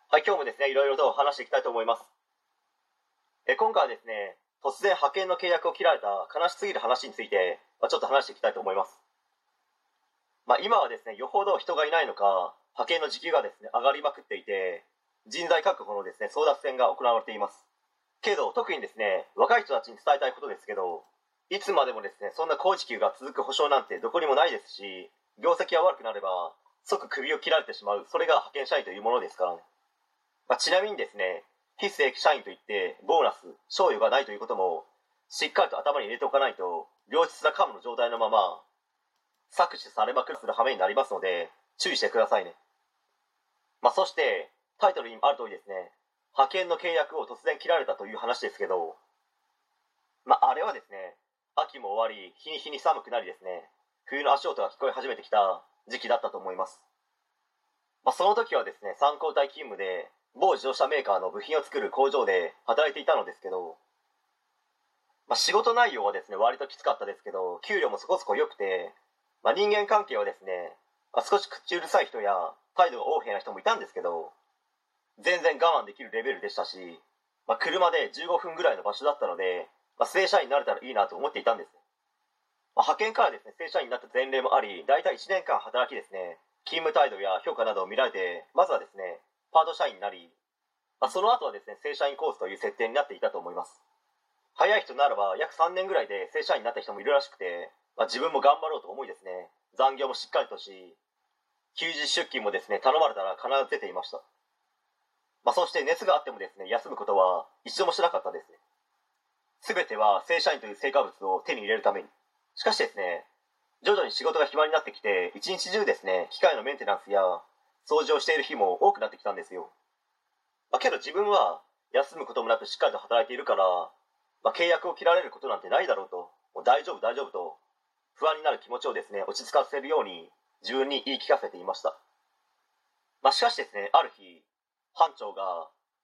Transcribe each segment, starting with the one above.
はい、今日もですね、いろいろと話していきたいと思います。今回はですね、突然派遣の契約を切られた悲しすぎる話について、ちょっと話していきたいと思います。今はですね、よほど人がいないのか、派遣の時給がですね、上がりまくっていて、人材確保のですね、争奪戦が行われています。けど、特にですね、若い人たちに伝えたいことですけど、いつまでもですね、そんな高時給が続く保証なんてどこにもないですし、業績が悪くなれば、即首を切られてしまう、それが派遣社員というものですからね。ちなみにですね、非正規社員といってボーナス、賞与がないということもしっかりと頭に入れておかないと、良質な幹部の状態のまま搾取されまくる羽目になりますので、注意してくださいね。そしてタイトルにもある通りですね、派遣の契約を突然切られたという話ですけど、あれはですね、秋も終わり日に日に寒くなりですね、冬の足音が聞こえ始めてきた時期だったと思います。その時はですね、参考体勤務で某自動車メーカーの部品を作る工場で働いていたのですけど、仕事内容はですね、割ときつかったですけど、給料もそこそこ良くて、人間関係はですね、少し口うるさい人や態度が横柄な人もいたんですけど、全然我慢できるレベルでしたし、車で15分ぐらいの場所だったので、正社員になれたらいいなと思っていたんです。派遣からですね、正社員になった前例もあり、だいたい1年間働きですね、勤務態度や評価などを見られて、まずはですね、パート社員になり、その後はですね、正社員コースという設定になっていたと思います。早い人ならば約3年ぐらいで正社員になった人もいるらしくて、自分も頑張ろうと思いですね、残業もしっかりとし、休日出勤もですね、頼まれたら必ず出ていました。そして熱があってもですね、休むことは一度もしなかったですね。全ては正社員という成果物を手に入れるために。しかしですね、徐々に仕事が暇になってきて、一日中ですね、機械のメンテナンスや掃除をしている日も多くなってきたんですよ。けど自分は休むこともなくしっかりと働いているから、契約を切られることなんてないだろうと、もう大丈夫大丈夫と不安になる気持ちをですね、落ち着かせるように自分に言い聞かせていました。しかしですね、ある日班長が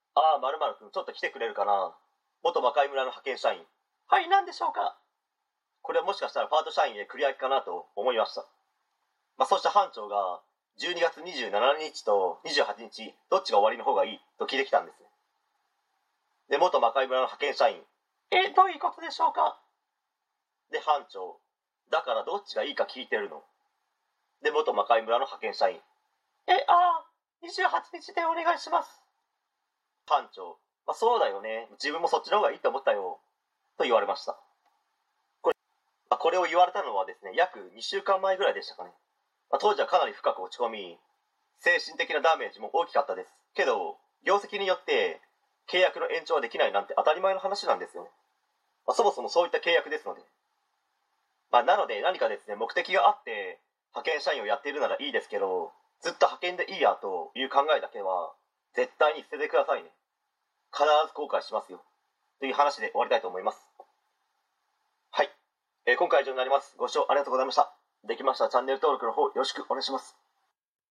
〇〇君ちょっと来てくれるかな、元魔界村の派遣社員。はい、何でしょうか。これはもしかしたらパート社員へ繰り上げかなと思いました。そうした班長が12月27日と28日どっちが終わりの方がいいと聞いてきたんです。で、元魔界村の派遣社員、どういうことでしょうか。で、班長、だからどっちがいいか聞いてるの。で、元魔界村の派遣社員、28日でお願いします。班長、そうだよね、自分もそっちの方がいいと思ったよと言われました。これを言われたのはですね、約2週間前ぐらいでしたかね。当時はかなり深く落ち込み、精神的なダメージも大きかったですけど、業績によって契約の延長はできないなんて当たり前の話なんですよね。そもそもそういった契約ですので、なので何かですね、目的があって派遣社員をやっているならいいですけど、ずっと派遣でいいやという考えだけは絶対に捨ててくださいね。必ず後悔しますよという話で終わりたいと思います。はい、今回は以上になります。ご視聴ありがとうございました。できましたらチャンネル登録の方よろしくお願いします。